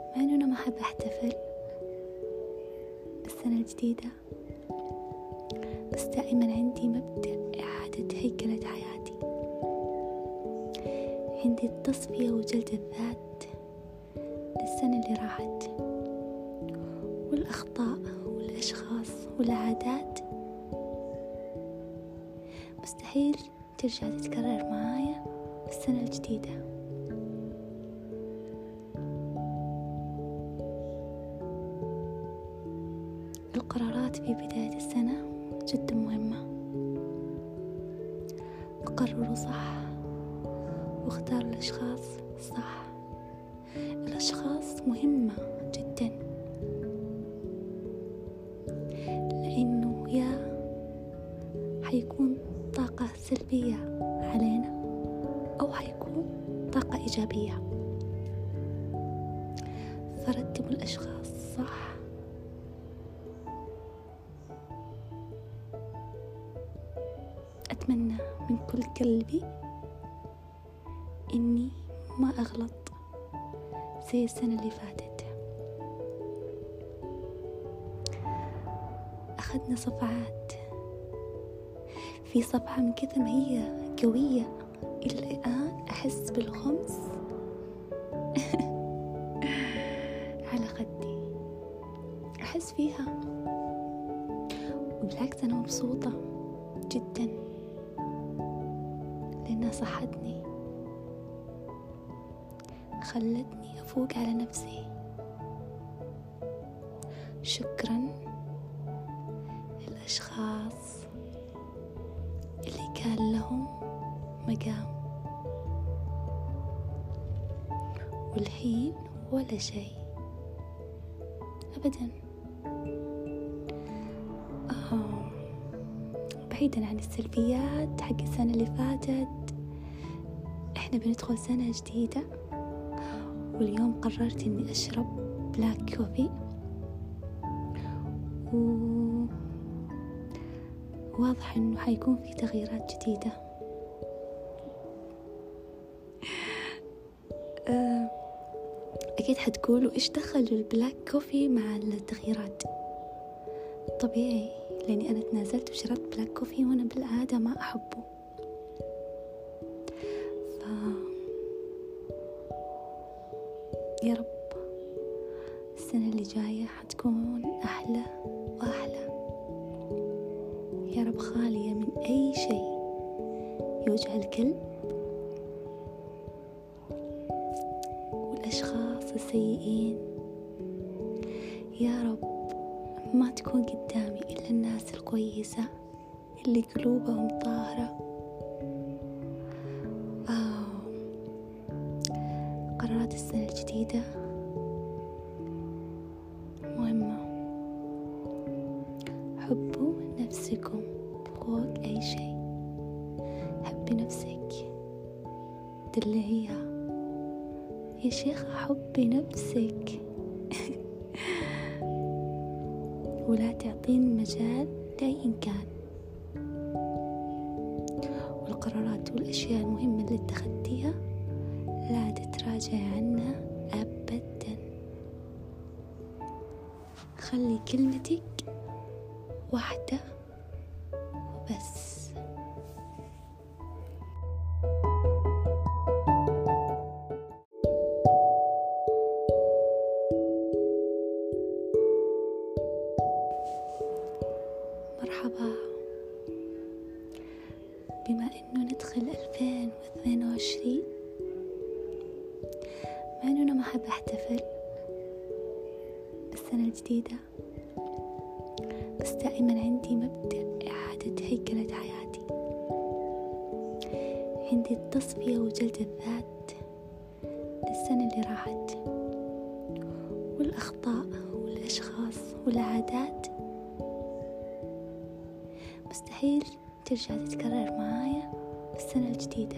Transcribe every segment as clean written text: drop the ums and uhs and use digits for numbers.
مع إنه أنا ما أحب أحتفل بالسنة الجديدة، بس دائما عندي مبدأ إعادة هيكلة حياتي. عندي التصفية وجلد الذات للسنة اللي راحت، والأخطاء والأشخاص والعادات مستحيل ترجع تتكرر معايا في السنة الجديدة. القرارات في بداية السنة جدا مهمة. قرروا صح واختاروا الأشخاص صح. الأشخاص مهمة جدا، لأنه يا حيكون طاقة سلبية علينا أو حيكون طاقة إيجابية. فرتبوا الأشخاص صح. أتمنى من كل قلبي إني ما أغلط زي السنة اللي فاتت. أخذنا صفعات، في صفعة من كثر ما هي قوية إلى الآن أحس بالخمس على خدي، أحس فيها، وبالعكس أنا مبسوطة جدا لأنها صحتني، خلتني أفوق على نفسي. شكرا للأشخاص اللي كان لهم مقام والحين ولا شيء أبدا. بعيدا عن السلبيات حق السنة اللي فاتت، احنا بندخل سنة جديدة، واليوم قررت اني اشرب بلاك كوفي، وواضح انه حيكون في تغييرات جديدة. اكيد حتقولوا ايش دخل البلاك كوفي مع التغييرات؟ طبيعي، لاني انا تنازلت وشربت بلاك كوفي وانا بالعادة ما احبه. يا رب السنة اللي جاية حتكون أحلى وأحلى، يا رب خالية من أي شيء يوجع القلب والأشخاص السيئين. يا رب ما تكون قدامي إلا الناس الكويسة اللي قلوبهم طاهرة. قرارات السنة الجديدة مهمة. حبوا نفسكم فوق أي شيء. حبي نفسك، دلعيها يا شيخة، حبي نفسك ولا تعطين مجال لأي كان. والقرارات والأشياء المهمة اللي اتخذتيها لا تتراجع عنها أبدا. خلي كلمتك واحدة وبس. مرحبا، بما إنه ندخل 2022، مع إنه أنا ما أحب أحتفل بالسنة الجديدة، بس دائما عندي مبدأ إعادة هيكلة حياتي. عندي التصفية وجلد الذات للسنة اللي راحت، والأخطاء والأشخاص والعادات مستحيل ترجع تتكرر معايا في السنة الجديدة.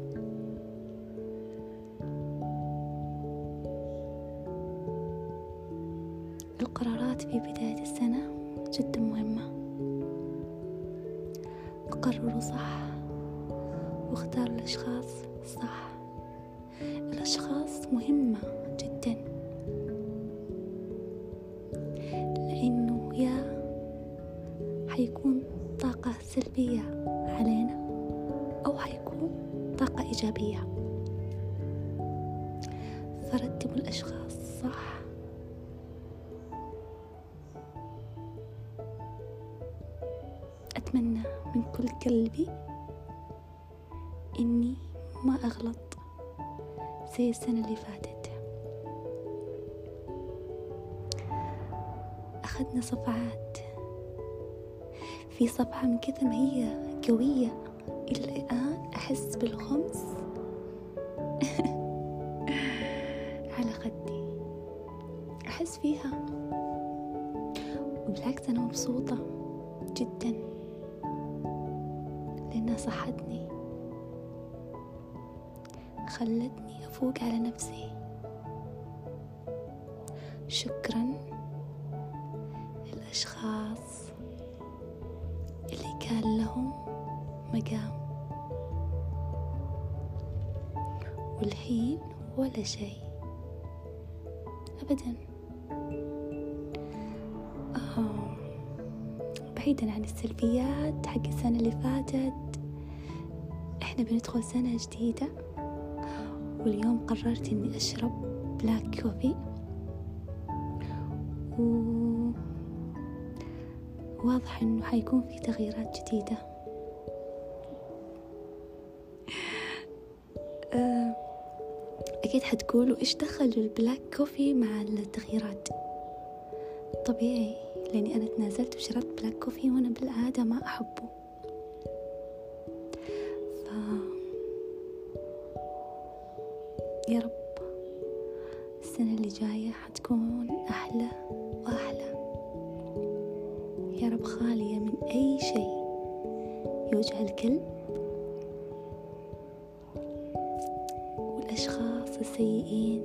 القرارات في بداية السنة جدا مهمة. قرروا صح واختاروا الأشخاص صح. الأشخاص مهمة جدا، سلبية علينا أو حيكون طاقة إيجابية. فرتبوا الأشخاص صح. أتمنى من كل قلبي إني ما أغلط زي السنة اللي فاتت. أخذنا صفعات، في صفعة من كثر ما هي قوية إلى الآن أحس بالخمس على خدي، أحس فيها، وبالعكس أنا مبسوطة جدا لأنها صحتني، خلتني أفوق على نفسي. شكرا للأشخاص اللي كان لهم مقام والحين ولا شيء أبدا. بعيدا عن السلبيات حق السنة اللي فاتت، احنا بندخل سنة جديدة، واليوم قررت اني اشرب بلاك كوفي، وواضح انه حيكون في تغييرات جديدة. اكيد حتقولوا ايش دخل البلاك كوفي مع التغييرات؟ طبيعي، لاني انا تنازلت وشربت بلاك كوفي وانا بالعادة ما احبه. يا رب السنة اللي جاية حتكون أحلى وأحلى، يا رب خالية من أي شيء يوجع القلب والأشخاص السيئين.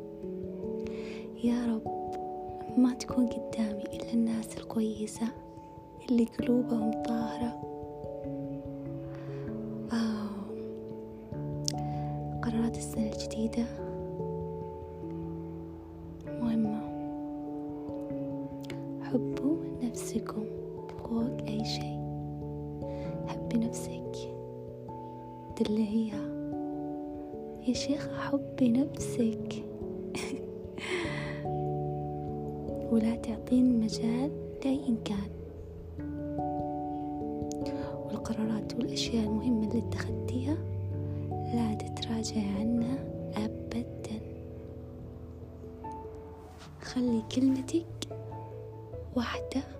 يا رب ما تكون قدامي إلا الناس الكويسة اللي قلوبهم طاهرة. قرارات السنة الجديدة مهمة. حبوا نفسكم فوق أي شيء، حبي نفسك، دلعيها يا شيخة، حبي نفسك ولا تعطين مجال لأي كان. والقرارات والأشياء المهمة اللي اتخذتيها لا تتراجع عنها أبدا. خلي كلمتك واحدة